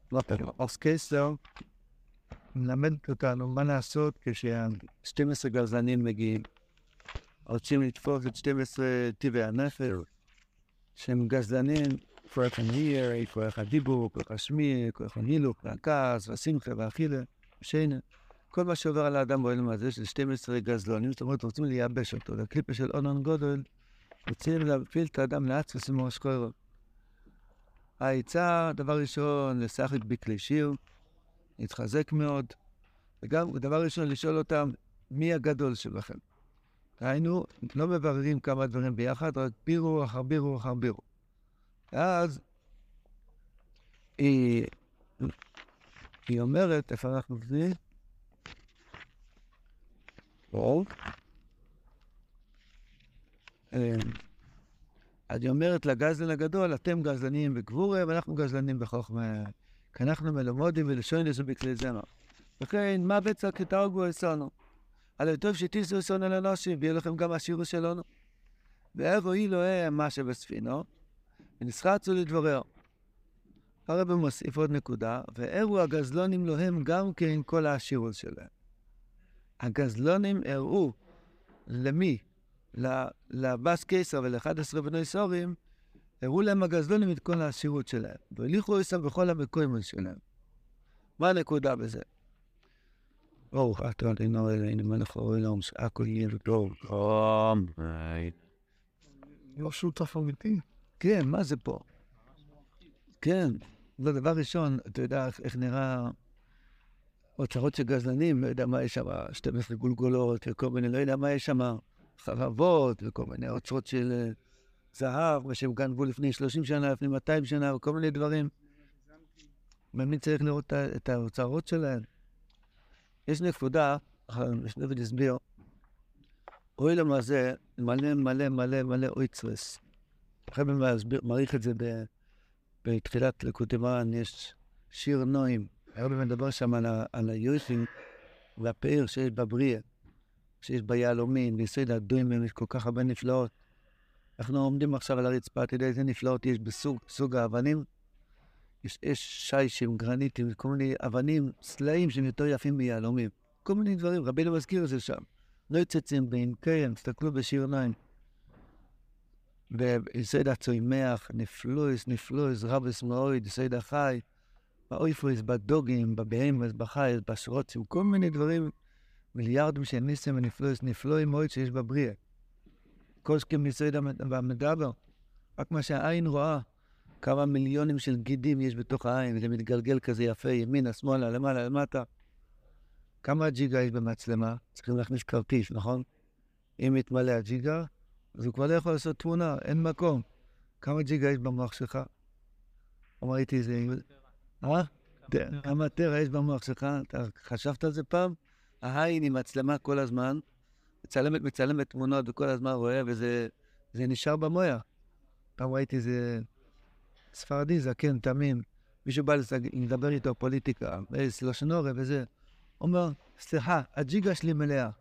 אז קיסר מלמד אותנו מה לעשות כש-12 גזלנים מגיעים. רוצים לתפוס את 12 טבעי הנפש, שהם גזלנים, כוח הניר, כוח הדיבור, כוח השמיע, כוח הנילוק, הכעס, והשמחה, והאכילה, ושינה. כל מה שעובר על האדם בעולם הזה, של 12 גזלונים, זאת אומרת, רוצים לייבש אותו. לקליפה של אונן גודל, רוצים להפיל את האדם לעצמס ומורש קורא. העצה, דבר ראשון, לשחק בכלי שיר, להתחזק מאוד, וגם דבר ראשון, לשאול אותם, מי הגדול שלכם? היינו, לא מבררים כמה דברים ביחד, רק בירו אחר בירו אחר בירו. ואז היא אומרת, איפה אנחנו נביא? אז היא אומרת לגזלן הגדול, אתם גזלנים בגבורה, ואנחנו גזלנים בחוכמה. כי אנחנו מלומדים ולשון לזה בכלי זמר. וכן, מה בצע כתרגו אסונו? על טוב שתיסו אסונו לנושים, ויהיה לכם גם השירו שלנו. ואיפה היא לא מה שבספינו, ונסחצו לדברר. הרב מוסיף עוד נקודה, ואירו הגזלונים להם גם כן כל השירות שלהם. הגזלונים הראו למי? לבס קיסר ול-11 בני סורים, הראו להם הגזלונים את כל השירות שלהם, והליכו אותם בכל המקוימות שלהם. מה הנקודה בזה? אתה יודע, הנה מלך העולם, שהכל יהיה טוב. לא שותף אמיתי. כן, מה זה פה? כן, זה דבר ראשון, אתה יודע איך נראה אוצרות של גזלנים, לא יודע מה יש שם, 12 גולגולות וכל מיני, לא יודע מה יש שם, חרבות וכל מיני אוצרות של זהב, ושהם גנבו לפני 30 שנה, לפני 200 שנה, וכל מיני דברים. מי צריך לראות את האוצרות שלהם? יש נקודה, נשנבד הסביר, אוי למה זה מלא מלא מלא מלא אויצרס. אחרי מעריך את זה בתחילת לקוטי מרן, יש שיר נועים. הרבה מדבר שם על היופים והפאר שיש בבריא, שיש ביהלומים, ביסוד הדוימים, יש כל כך הרבה נפלאות. אנחנו עומדים עכשיו על הרצפה, אתה יודע איזה נפלאות יש בסוג האבנים? יש שיישים, גרניטים, כל מיני אבנים, סלעים שהם יותר יפים ביהלומים. כל מיני דברים, רבינו מזכיר את זה שם. נויצצים בעמקיהם, תסתכלו בשיר נועים. ביסוד הצוימח, נפלויס, רבס מאויד, יסוד החי, באויפויס, בדוגים, בבהמס, בחייס, בשרוצים, כל מיני דברים, מיליארדים של ניסים נפלואי מאוד שיש בבריאה. כל שכם יסוד המדבר, רק מה שהעין רואה, כמה מיליונים של גידים יש בתוך העין, וזה מתגלגל כזה יפה, ימינה, שמאלה, למעלה, למטה. כמה ג'יגה יש במצלמה? צריכים להכניס כרטיס, נכון? אם מתמלא הג'יגה, אז הוא כבר לא יכול לעשות תמונה, אין מקום. כמה ג'יגה יש במוח שלך? אמרתי זה... כמה טרה יש במוח שלך? אתה חשבת על זה פעם? העין היא מצלמה כל הזמן, מצלמת תמונות וכל הזמן רואה, וזה נשאר במויה. פעם ראיתי זה ספרדי, זקן, תמים, מישהו בא לדבר איתו פוליטיקה, סלושנורה וזה, אומר, סליחה, הג'יגה שלי מלאה.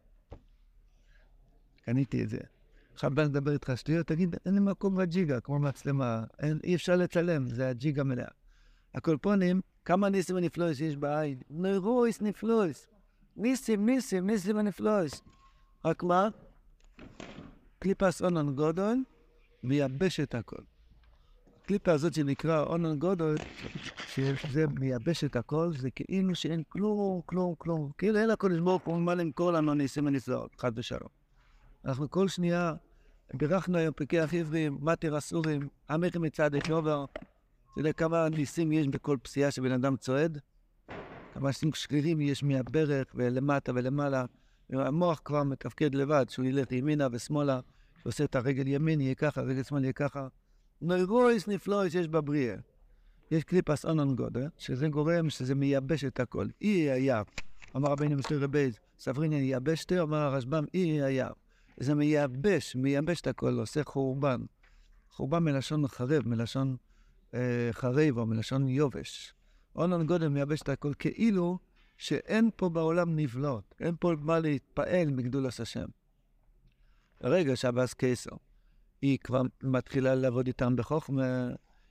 קניתי את זה. עכשיו בא לדבר איתך שטויות, תגיד, אין לי מקום בג'יגה, כמו מצלמה, אי אפשר לצלם, זה הג'יגה מלאה. הקולפונים, כמה ניסים ונפלויס יש בעין? נוירויס נפלויס. ניסים ונפלויס. רק מה? קליפס אונן גודל, מייבש את הכל. הקליפה הזאת שנקרא אונן גודל, שזה מייבש את הכל, זה כאילו שאין כלום. כאילו אין הכל לשבור כמו מה למכור לנו ניסים ונפלאות, חד ושלום. אנחנו כל שנייה, בירכנו היום פרקי עברים, מטר אסורים, המחם מצד השובר, אתה יודע כמה ניסים יש בכל פסיעה שבן אדם צועד? כמה ניסים שרירים יש מהברך ולמטה ולמעלה, המוח כבר מתפקד לבד, שהוא ילך ימינה ושמאלה, שעושה את הרגל ימין יהיה ככה, הרגל שמאל יהיה ככה. נוירויס נפלויס יש בבריאה. יש קליפס אונן גודל, שזה גורם שזה מייבש את הכל. אי היה, אמר רבינו מסויר רבייז, ספריניה ייבש תר, אמר הרשב"ם, אי היה. זה מייבש את הכל, עושה חורבן. חורבן מלשון חרב, מלשון חרב או מלשון יובש. אונן גודל מייבש את הכל, כאילו שאין פה בעולם נבלות, אין פה מה להתפעל מגדולת השם. הרגע שהבאס קיסר, היא כבר מתחילה לעבוד איתם בחוכמה,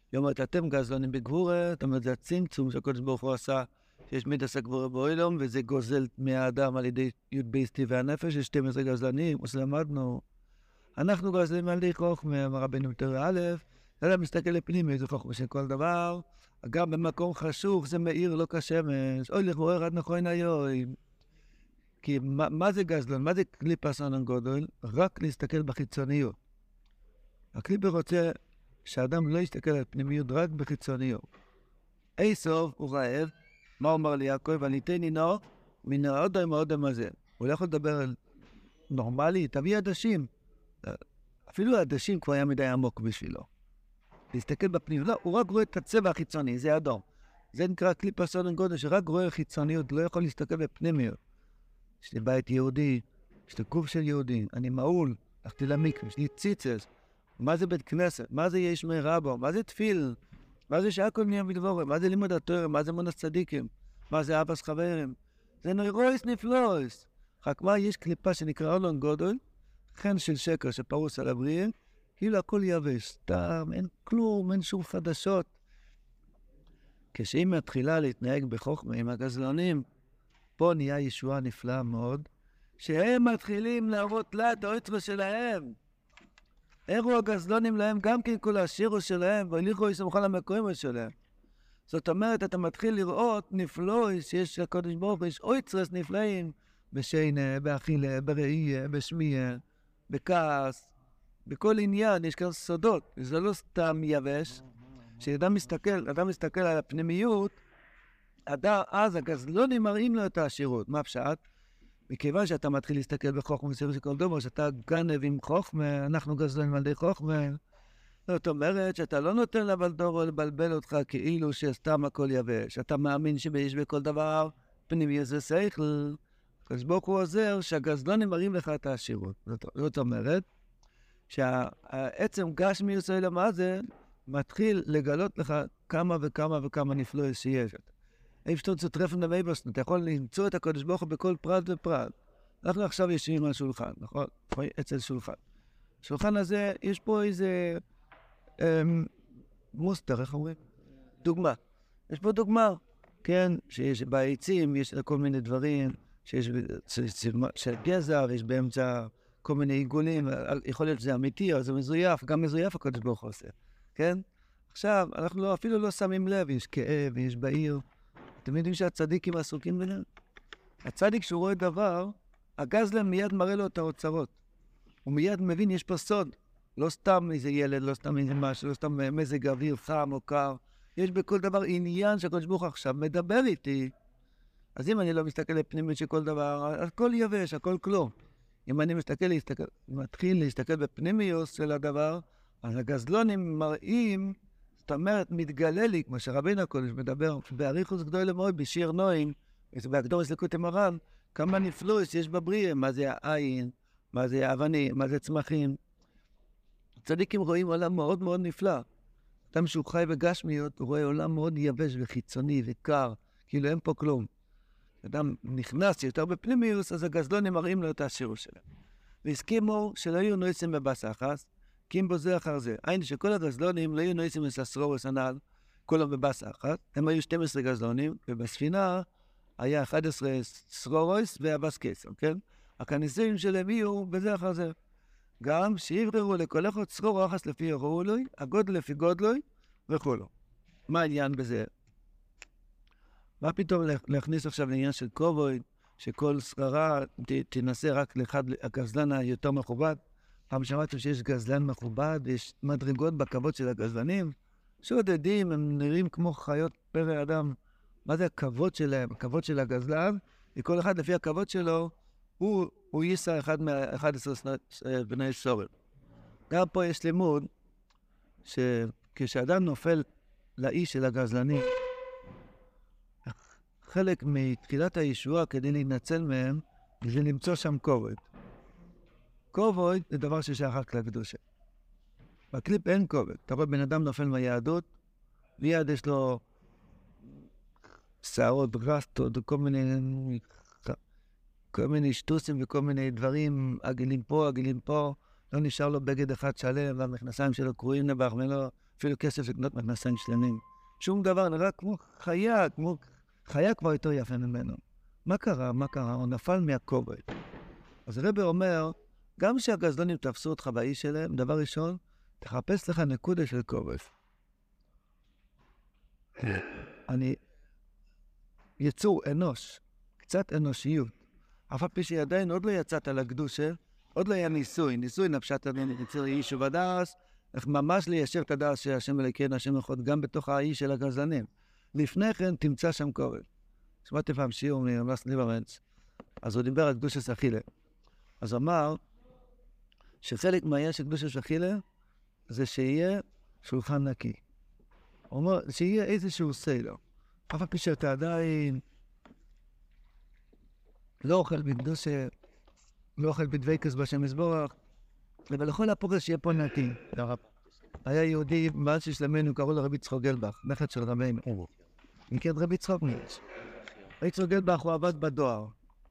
היא אומרת, אתם גזלונים בגבורה, זאת אומרת, זה הצמצום שהקדוש ברוך הוא עשה, שיש מידס הגבורה באוילום, וזה גוזל מהאדם על ידי יוד ביסטי והנפש, יש 12 גזלנים, כמו שלמדנו. אנחנו גזלים על ידי חוכמה, אמר רבנו בתורה א', אלא מסתכל לפנים, איזה חוכמה של כל דבר, גם במקום חשוך זה מאיר לא כשמש, אוי לכבורר עד נכון היום. כי מה זה גזלון? מה זה קליפה סנן גודל? רק להסתכל בחיצוניות. הקליפה רוצה שהאדם לא יסתכל על פנימיות רק בחיצוניות. סוף הוא רעב, מה אומר לי יעקב? אני אתן נינו מן האודם האודם הזה. הוא לא יכול לדבר על נורמלי, תביא עדשים. אפילו העדשים כבר היה מדי עמוק בשבילו. להסתכל בפנים, לא, הוא רק רואה את הצבע החיצוני, זה אדום. זה נקרא קליפה סנן גודל, שרק רואה חיצוניות, לא יכול להסתכל בפנימיות. יש לי בית יהודי, יש לי גוף של יהודי, אני מעול, הלכתי למקווה, יש לי ציצס. מה זה בית כנסת? מה זה יש מרבו? מה זה תפיל? מה זה שהכל נהיה מדבורם? מה זה לימוד התורה? מה זה מונס צדיקים? מה זה אבס חברים? זה נוירויס נפלויס. רק מה, יש קליפה שנקרא אולון גודל, חן של שקר שפרוס על הבריאים, כאילו הכל יבש, סתם, אין כלום, אין שום חדשות. כשהיא מתחילה להתנהג בחוכמה עם הגזלונים, פה נהיה ישועה נפלאה מאוד, שהם מתחילים להראות לה את האוצרו שלהם. הראו הגזלונים להם גם כן כל השירו שלהם, והליכו יסמכו למקורים שלהם. זאת אומרת, אתה מתחיל לראות נפלוי שיש הקודש ברוך הוא, יש אוצרס נפלאים, בשינה, באכילה, בראייה, בשמיעה, בכעס, בכל עניין, יש כאן סודות. זה לא סתם יבש. כשאדם מסתכל על הפנימיות, אז הגזלונים מראים לו את העשירות. מה פשט? מכיוון שאתה מתחיל להסתכל בחוכמה וסירוס של כל דובר, שאתה גנב עם חוכמה, אנחנו גזלונים על ידי חוכמה, זאת אומרת שאתה לא נותן לבלדורו לבלבל אותך כאילו שסתם הכל יבש. אתה מאמין שיש בכל דבר פנימי זה שכל. אז ברוך הוא עוזר שהגזלונים מראים לך את העשירות. זאת אומרת שהעצם גשמי ישראל מה זה מתחיל לגלות לך כמה וכמה וכמה נפלא שיש. איפה שאתה רוצה טרפן למייברסון, אתה יכול למצוא את הקודש ברוך הוא בכל פרט ופרט. אנחנו עכשיו יושבים על שולחן, נכון? אצל שולחן. השולחן הזה, יש פה איזה מוסטר, איך אומרים? דוגמה. יש פה דוגמה, כן? שיש בעצים, יש כל מיני דברים, שיש של גזע, ויש באמצע כל מיני עיגולים, יכול להיות שזה אמיתי, או זה מזויף, גם מזויף הקודש ברוך הוא עושה, כן? עכשיו, אנחנו אפילו לא שמים לב, יש כאב, יש בעיר. אתם יודעים שהצדיקים עסוקים ביניהם? הצדיק שהוא רואה דבר, הגזלן מיד מראה לו את האוצרות. הוא מיד מבין, יש פה סוד. לא סתם איזה ילד, לא סתם איזה משהו, לא סתם מזג אוויר חם או קר. יש בכל דבר עניין שהקדוש ברוך הוא עכשיו מדבר איתי. אז אם אני לא מסתכל לפנימיות של כל דבר, הכל יבש, הכל כלום. אם אני מתחיל להסתכל בפנימיות של הדבר, אז הגזלונים מראים, זאת אומרת, מתגלה לי, כמו שרבינו הקודש מדבר, באריכוס גדול מאוד, בשיר נועים, בהקדומת לקוטי מרן, כמה נפלא שיש בבריאה, מה זה העין, מה זה האבנים, מה זה צמחים. צדיקים רואים עולם מאוד מאוד נפלא. אדם שהוא חי בגשמיות, הוא רואה עולם מאוד יבש וחיצוני וקר, כאילו אין פה כלום. אדם נכנס יותר בפנימיוס, אז הגזלונים מראים לו את השירות שלהם. והסכימו שלא יהיו נועצים בבסחס, כי אם בו זה אחר זה. היינו שכל הגזלונים לא יהיו נועצים לססרורס הנ"ל, כולם בבסחס, הם היו 12 גזלונים, ובספינה היה 11 סרורס והבס קסר, כן? הכניסים שלהם יהיו בזה אחר זה. גם שיבררו לכל אחד סרור אחס לפי יראו לו, הגודל לפי גודלוי וכולו. מה העניין בזה? מה פתאום להכניס עכשיו לעניין של קובוי, שכל שררה תנסה רק לאחד הגזלן היותר מכובד? פעם שמעתם שיש גזלן מכובד, יש מדרגות בכבוד של הגזלנים, שעודדים, הם נראים כמו חיות פרא אדם. מה זה הכבוד שלהם? הכבוד של הגזלן, וכל אחד לפי הכבוד שלו, הוא יישא אחד מה-11 בני סורר. גם פה יש לימוד, שכשאדם נופל לאיש של הגזלנים, חלק מתחילת הישועה כדי להינצל מהם, זה למצוא שם כובד. כובד זה דבר ששייך רק לקדושה. בקליפ אין כובד. אתה רואה בן אדם נופל מהיהדות, ויד יש לו שערות, רסטות, כל מיני שטוסים וכל מיני דברים, עגילים פה, לא נשאר לו בגד אחד שלם, והמכנסיים שלו קרועים נבח, אפילו כסף לקנות מכנסיים שלמים. שום דבר, נראה כמו חיה, חיה כבר יותר יפה ממנו. מה קרה? הוא נפל מהכובד. אז הרב אומר, גם שהגזלונים תפסו אותך באיש שלהם, דבר ראשון, תחפש לך נקודה של כובד. אני יצור אנוש, קצת אנושיות. אף על פי שעדיין עוד לא יצאת לקדושה, עוד לא היה ניסוי נפשט יציר איש ובדס, ממש ליישב את הדס שהשם אלוקינו, השם אחד, גם בתוך האיש של הגזלנים. לפני כן תמצא שם כובד. שמעתי פעם שיעור מרמ"ס ליברמנץ, אז הוא דיבר על קדושת אכילה. אז הוא אמר שחלק מהעניין של קדושת אכילה זה שיהיה שולחן נקי. הוא אומר שיהיה איזשהו סדר. אף על פי שאתה עדיין לא אוכל בקדושה, לא אוכל בדבקות בשם יזברך, אבל לכל הפוקס שיהיה פה נקי. היה יהודי, בעל ששלמנו, קראו לו רבי יצחק גלבך, נכד של רבינו. מכיר את רבי יצחק מיץ'. רבי יצחק גלבך הוא עבד בדואר.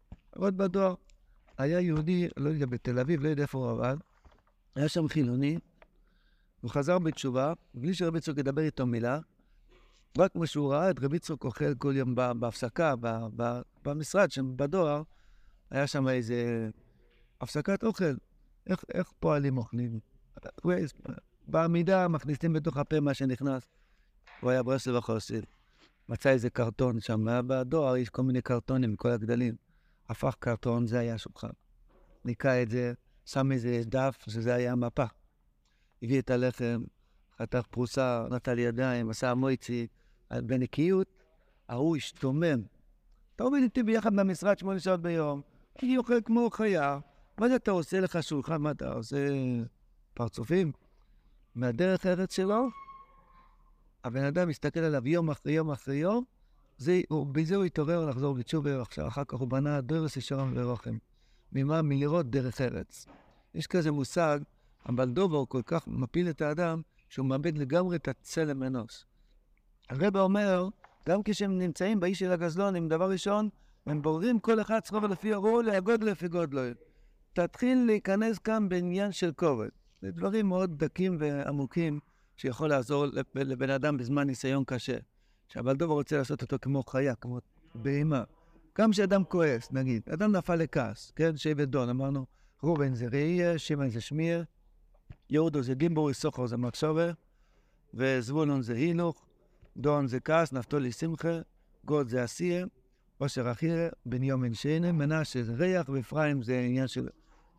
היה יהודי, לא יודע, בתל אביב, לא יודע איפה הוא עבד. היה שם חילוני, הוא חזר בתשובה, בלי שרבי יצחק ידבר איתו מילה, רק כמו שהוא ראה את רבי יצחק אוכל כל יום בהפסקה, במשרד שם בדואר, היה שם איזה הפסקת אוכל. איך פועלים אוכלים? בעמידה מכניסים בתוך הפה מה שנכנס. הוא היה ברסלב החוסל. מצא איזה קרטון שם, בדואר יש כל מיני קרטונים מכל הגדלים. הפך קרטון, זה היה שולחן. ניקה את זה, שם איזה דף, שזה היה המפה. הביא את הלחם, חתך פרוסה, נטל ידיים, עשה מויצי, בנקיות, ההוא השתומם. אתה עובד איתי ביחד במשרד 8 שעות ביום, אני אוכל כמו חיה, מה זה אתה עושה לך שולחן? מה אתה עושה פרצופים? מהדרך הארץ שלו, הבן אדם מסתכל עליו יום אחרי יום אחרי יום, בזה הוא התעורר לחזור בתשובה, אחר כך הוא בנה דרס ישרם ורוחם. ממה? מלראות דרך ארץ. יש כזה מושג, הבלדובר כל כך מפיל את האדם, שהוא מאבד לגמרי את הצלם אנוש. הרב אומר, גם כשהם נמצאים באיש של הגזלונים, דבר ראשון, הם בוררים כל אחד סחובר לפי הרוע, להגודל לפי גודלו. תתחיל להיכנס כאן בעניין של כובד. זה דברים מאוד דקים ועמוקים, שיכול לעזור לבן אדם בזמן ניסיון קשה. שהבלדובר רוצה לעשות אותו כמו חיה, כמו בהמה. גם שאדם כועס, נגיד, אדם נפל לכעס, כן? שבט דון, אמרנו, רובן זה ראייה, שמעון זה שמיר, יהודו זה גימבור, סוחר זה מחשבה, וזבולון זה הילוך, דון זה כעס, נפתולי שמחה, גוד זה עשייה, אושר אחירה, בנימין שיינה, מנשה זה ריח, ואפרים זה עניין של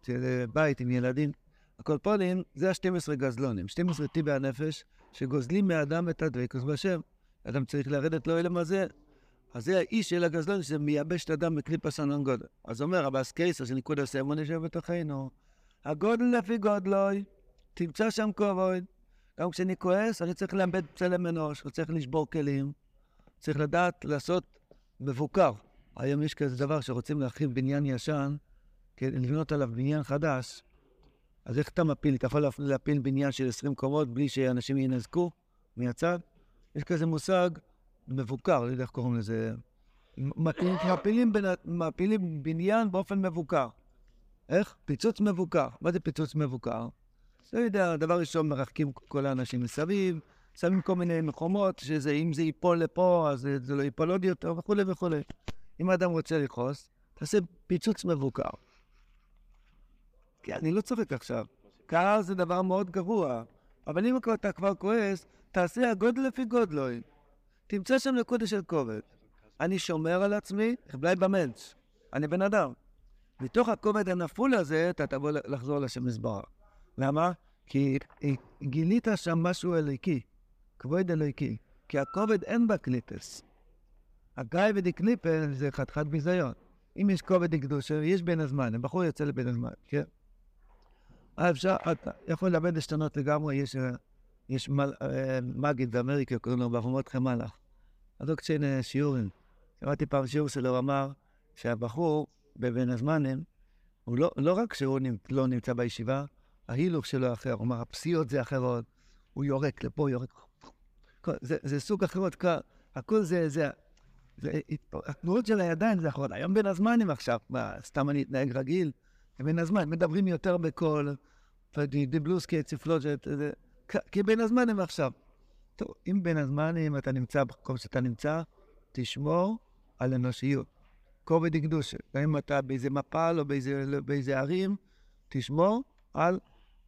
בית עם ילדים. הכל פולים, זה ה-12 גזלונים, 12 טיבי הנפש, שגוזלים מאדם את הדבקות בשם. אדם צריך לרדת לו אלם הזה. אז זה האיש של הגזלון, שזה מייבש את אדם בקליפה סנן גודל. אז אומר, הבאס קייסר, שניקוד הסמון ישב בתוכנו, הגודל לפי גודלוי, תמצא שם כובד. גם כשאני כועס, אני צריך לאבד צלם אנוש, הוא צריך לשבור כלים, צריך לדעת לעשות מבוקר. היום יש כזה דבר שרוצים להרחיב בניין ישן, לבנות עליו בניין חדש, אז איך אתה מפיל? אתה יכול להפיל בניין של 20 קומות בלי שאנשים ינזקו מהצד? יש כזה מושג מבוקר, לא יודע איך קוראים לזה. מפילים בניין באופן מבוקר. איך? פיצוץ מבוקר. מה זה פיצוץ מבוקר? לא יודע, דבר ראשון מרחקים כל האנשים מסביב, שמים כל מיני מקומות, שאם זה ייפול לפה, אז זה לא ייפול עוד יותר, וכו' וכו'. אם האדם רוצה לכעוס, תעשה פיצוץ מבוקר. כי אני לא צוחק עכשיו. כעס זה דבר מאוד גרוע. אבל אם אתה כבר כועס, תעשה הגודל לפי גודלוי. תמצא שם נקודה של כובד. אני שומר על עצמי, אולי במנץ. אני בן אדם. מתוך הכובד הנפול הזה, אתה תבוא לחזור לשם יזברך. למה? כי גילית שם משהו אליקי. כבוד אליקי. כי הכובד אין בה קליפס. הגאי ודקליפס זה חתיכת ביזיון. אם יש כובד לקדושה, יש בין הזמן. הבחור יוצא לבין הזמן, כן? אפשר, אתה יכול לאבד להשתנות לגמרי, יש מגיד באמריקה, קוראים לו בחומות חמלך. אז הוא קצין שיעורים. שמעתי פעם שיעור שלו, הוא אמר שהבחור בבין הזמנים, הוא לא רק שהוא לא נמצא בישיבה, ההילוך שלו אחר, הוא אומר, הפסיעות זה אחרות, הוא יורק לפה, יורק. זה סוג אחרות, הכל זה, התנועות של הידיים זה אחרות. היום בין הזמנים עכשיו, סתם אני אתנהג רגיל, בין הזמן, מדברים יותר בקול, דיבלוסקי, ציפלוג'ט, כי בין הזמנים עכשיו. טוב, אם בין הזמנים אתה נמצא במקום שאתה נמצא, תשמור על אנושיות. כובד הקדושה. גם אם אתה באיזה מפל או באיזה ערים, תשמור על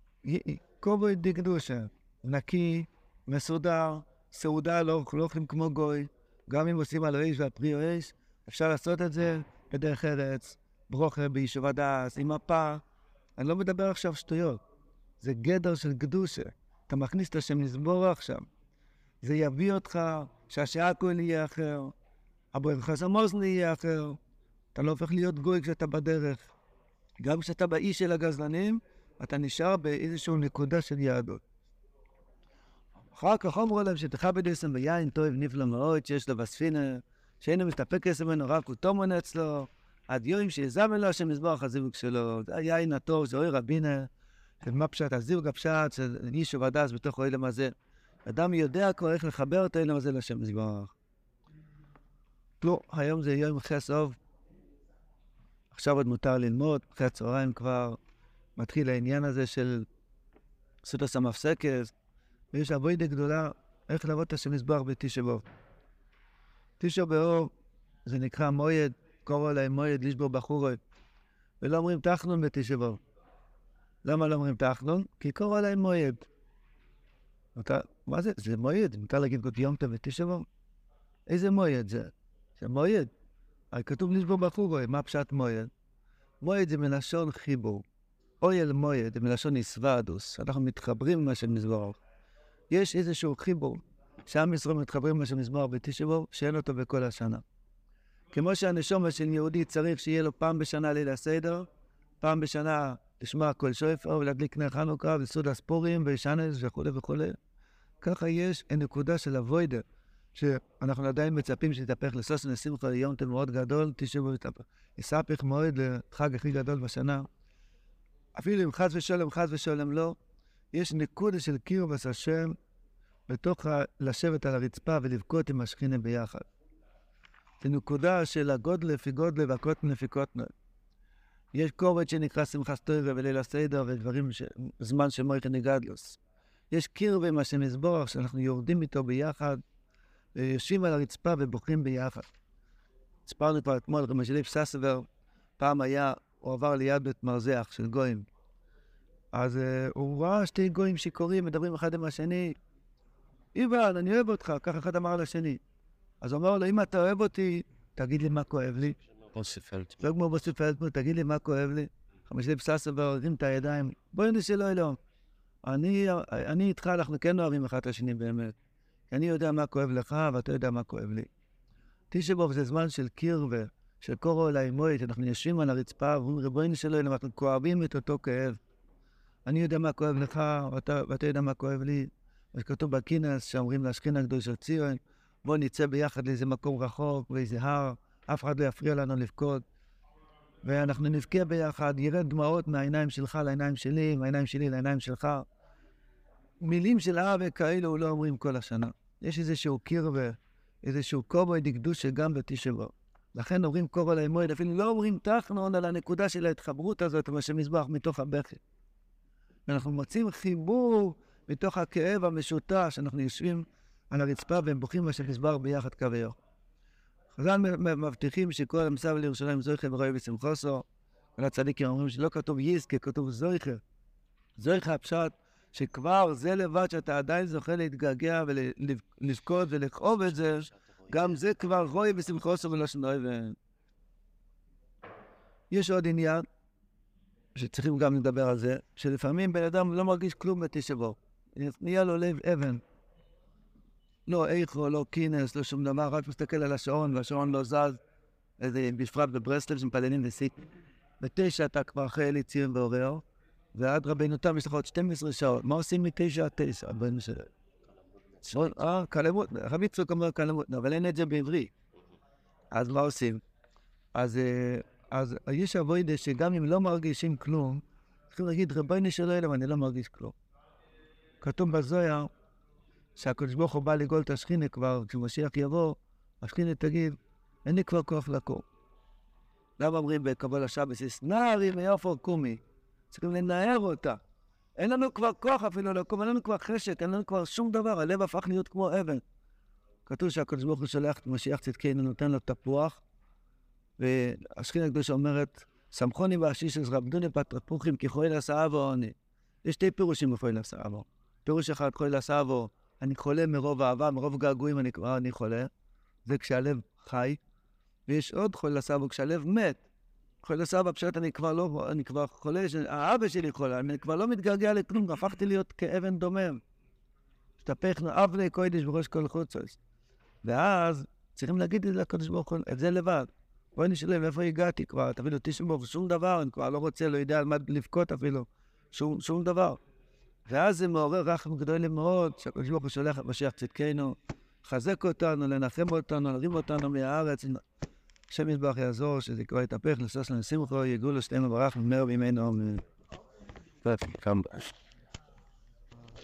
כובד הקדושה. נקי, מסודר, סעודה, לא אוכלים כמו גוי. גם אם עושים על האש והפרי או אש, אפשר לעשות את זה בדרך ארץ, ברוכה, ביישוב הדס, עם מפה. אני לא מדבר עכשיו שטויות. זה גדר של קדושה. אתה מכניס את השם לזבורך שם. זה יביא אותך שהשעה הכל יהיה אחר. הברכס המוזן יהיה אחר. אתה לא הופך להיות גוי כשאתה בדרך. גם כשאתה באי של הגזלנים, אתה נשאר באיזשהו נקודה של יהדות. אחר כך אמרו להם שתכבד עשם ביין טוב נפלא מאוד, שיש לו בספינה, שאינו מסתפק עשם ממנו, רק הוא תומון אצלו, עד יום שיזם אלו השם יזבח הזיווג שלו. זה היין הטוב, זה אוי רבינה, מה פשט, הזיווג הפשט, של יישוב הדס בתוך האילם הזה. אדם יודע כבר איך לחבר את האילם הזה לשם יזבח. לא, היום זה יום חסוב. עכשיו עוד מותר ללמוד, אחרי הצהריים כבר מתחיל העניין הזה של סודות המפסקת, ויש עבודה גדולה איך לעבוד את השם יזבח בתשעה באב. תשעה באב זה נקרא מועד, קורא להם מועד לשבור בחורות, ולא אומרים תחנון בתשעה באב. למה לא אומרים תחנון? כי קורא להם מועד. מה זה? זה מועד, מותר להגיד יום טוב בתשעה באב? איזה מועד זה? זה מועד. כתוב לשבור בחורות, מה פשט מועד? מועד זה מלשון חיבור. אויל מועד זה מלשון נסוודוס, אנחנו מתחברים עם השם יזבח. יש איזשהו חיבור, שעם ישראל מתחברים עם השם יזבח בתשעה באב, שאין אותו בכל השנה. כמו שהנשמה של יהודי צריך שיהיה לו פעם בשנה ליל הסדר, פעם בשנה לשמוע כל שופר ולהדליק נר חנוכה וסעוד הספורים ושנס וכו' וכו'. ככה יש נקודה של אבוידה, שאנחנו עדיין מצפים שיתהפך לסוסן לשמחה ליום טוב מאוד גדול, תשעה באב יספך מאוד לחג הכי גדול בשנה. אפילו אם חס ושלום לא, יש נקודה של קירבס השם בתוך לשבת על הרצפה ולבכות עם השכינה ביחד. זה נקודה של הגודל לפי גודל והקוטן לפי קוטן. יש קובץ שנקרא שמחת תורה וליל הסדר ודברים, זמן של מויכן גדלוס. יש קירבה עם השם יזבח שאנחנו יורדים איתו ביחד, יושבים על הרצפה ובוכים ביחד. הספרנו כבר אתמול, רבי שליף ססבר, פעם הוא עבר ליד בית מרזח של גויים. אז הוא ראה שתי גויים שיכורים, מדברים אחד עם השני. איבן, אני אוהב אותך, כך אחד אמר לשני. אז הוא אמר לו, אם אתה אוהב אותי, תגיד לי מה כואב לי. לא כמו בוסי פלטמן, תגיד לי מה כואב לי. רבי שליף ססבר הרים את הידיים, בואי נשאלו אלוהים. אני איתך, אנחנו כן אוהבים אחד את השני באמת. אני יודע מה כואב לך, ואתה יודע מה כואב לי. תשעה באב זה זמן של קירבה, של קוראו אליי מועד, אנחנו יושבים על הרצפה, ואומרים ריבונו של עולם, אנחנו כואבים את אותו כאב. אני יודע מה כואב לך, ואתה יודע מה כואב לי. אז כתוב בכינס, שאומרים להשכינה הקדוש של ציון, בוא נצא ביחד לאיזה מקום רחוק, באיזה הר, אף אחד לא יפריע לנו לבכות. ואנחנו נבכה ביחד, ירד דמעות מהעיניים שלך לעיניים שלי, מהעיניים שלי לעיניים שלך. מילים של אהבה כאלו לא אומרים כל השנה. יש איזשהו קירבה, איזשהו קובוי דקדוש שגם בתשעה באב. לכן אומרים קורא אליי מועד, אפילו לא אומרים תחנון על הנקודה של ההתחברות הזאת, עם השם יזבח מתוך הבכי. ואנחנו מוצאים חיבור מתוך הכאב המשותף, שאנחנו יושבים על הרצפה והם בוכים השם יזבח ביחד כביכול. חז"ל מבטיחים שכל המסב לירושלים זויכה ורואה בשמחוסו, כל הצדיקים אומרים שלא כתוב יזכה, כתוב זויכה. זויכה הפשט שכבר זה לבד שאתה עדיין זוכה להתגעגע ולבכות ולכאוב את זה, גם זה כבר רואה בשמחוסו ולא שנוי. יש עוד עניין שצריכים גם לדבר על זה, שלפעמים בן אדם לא מרגיש כלום בתשעה באב. נהיה לו לב אבן. לא איכו, לא כינס, לא שום דבר, רק מסתכל על השעון והשעון לא זז. איזה בפרט בברסלב שמפללים וסיק. בתשע אתה כבר אחרי אלי ציון ועורר, ועד רבינותם יש לך עוד 12 שעות. מה עושים מתשע עד תשע? קלמות, רבי יצחק אומר קלמות, אבל אין את זה בעברי. אז מה עושים? אז יש עבודה שגם אם לא מרגישים כלום, צריכים להגיד, ריבונו של עולם, אני לא מרגיש כלום. כתוב בזוהר, שהקדוש ברוך הוא בא לגאול את השכינה כבר, כשמשיח יבוא, השכינה תגיד, אין לי כבר כוח לקום. למה אומרים בקבלה שבס, נערי ויפור קומי? צריכים לנער אותה. אין לנו כבר כוח אפילו לקום, אין לנו כבר חשק, אין לנו כבר שום דבר, הלב הפך להיות כמו אבן. כתוב שהקדוש ברוך הוא שולח את משיח צדקנו, נותן לו תפוח, והשכינה הקדושה אומרת, שמחוני והשישס רבדוני פטרפוכים כי חויל עשאבו עוני. יש שתי פירושים בחויל עשאבו. פירוש אחד, חויל עשאבו, אני חולה מרוב אהבה, מרוב געגועים אני חולה. זה כשהלב חי. ויש עוד חויל עשאבו, כשהלב מת. חויל עשאבו, פשוט אני כבר חולה, האבא שלי חולה, אני כבר לא מתגעגע לכלום, הפכתי להיות כאבן דומם. שתפכנו אבני קודש בראש כל חוצות. ואז צריכים להגיד את זה לקדוש ברוך הוא, את זה לבד. בואי נשאלם, איפה הגעתי כבר? אפילו תשמעו, שום דבר, אני כבר לא רוצה, לא יודע על מה לבכות אפילו. שום דבר. ואז זה מעורר רחם גדול מאוד, שהקדוש ברוך הוא שולח את משיח צדקנו, לחזק אותנו, לנחם אותנו, להרים אותנו מהארץ. השם יתברך יעזור, שזה כבר יתהפך, לסוס לנו שמחו, יגאו לו שתינו ברח, ממהר בימינו.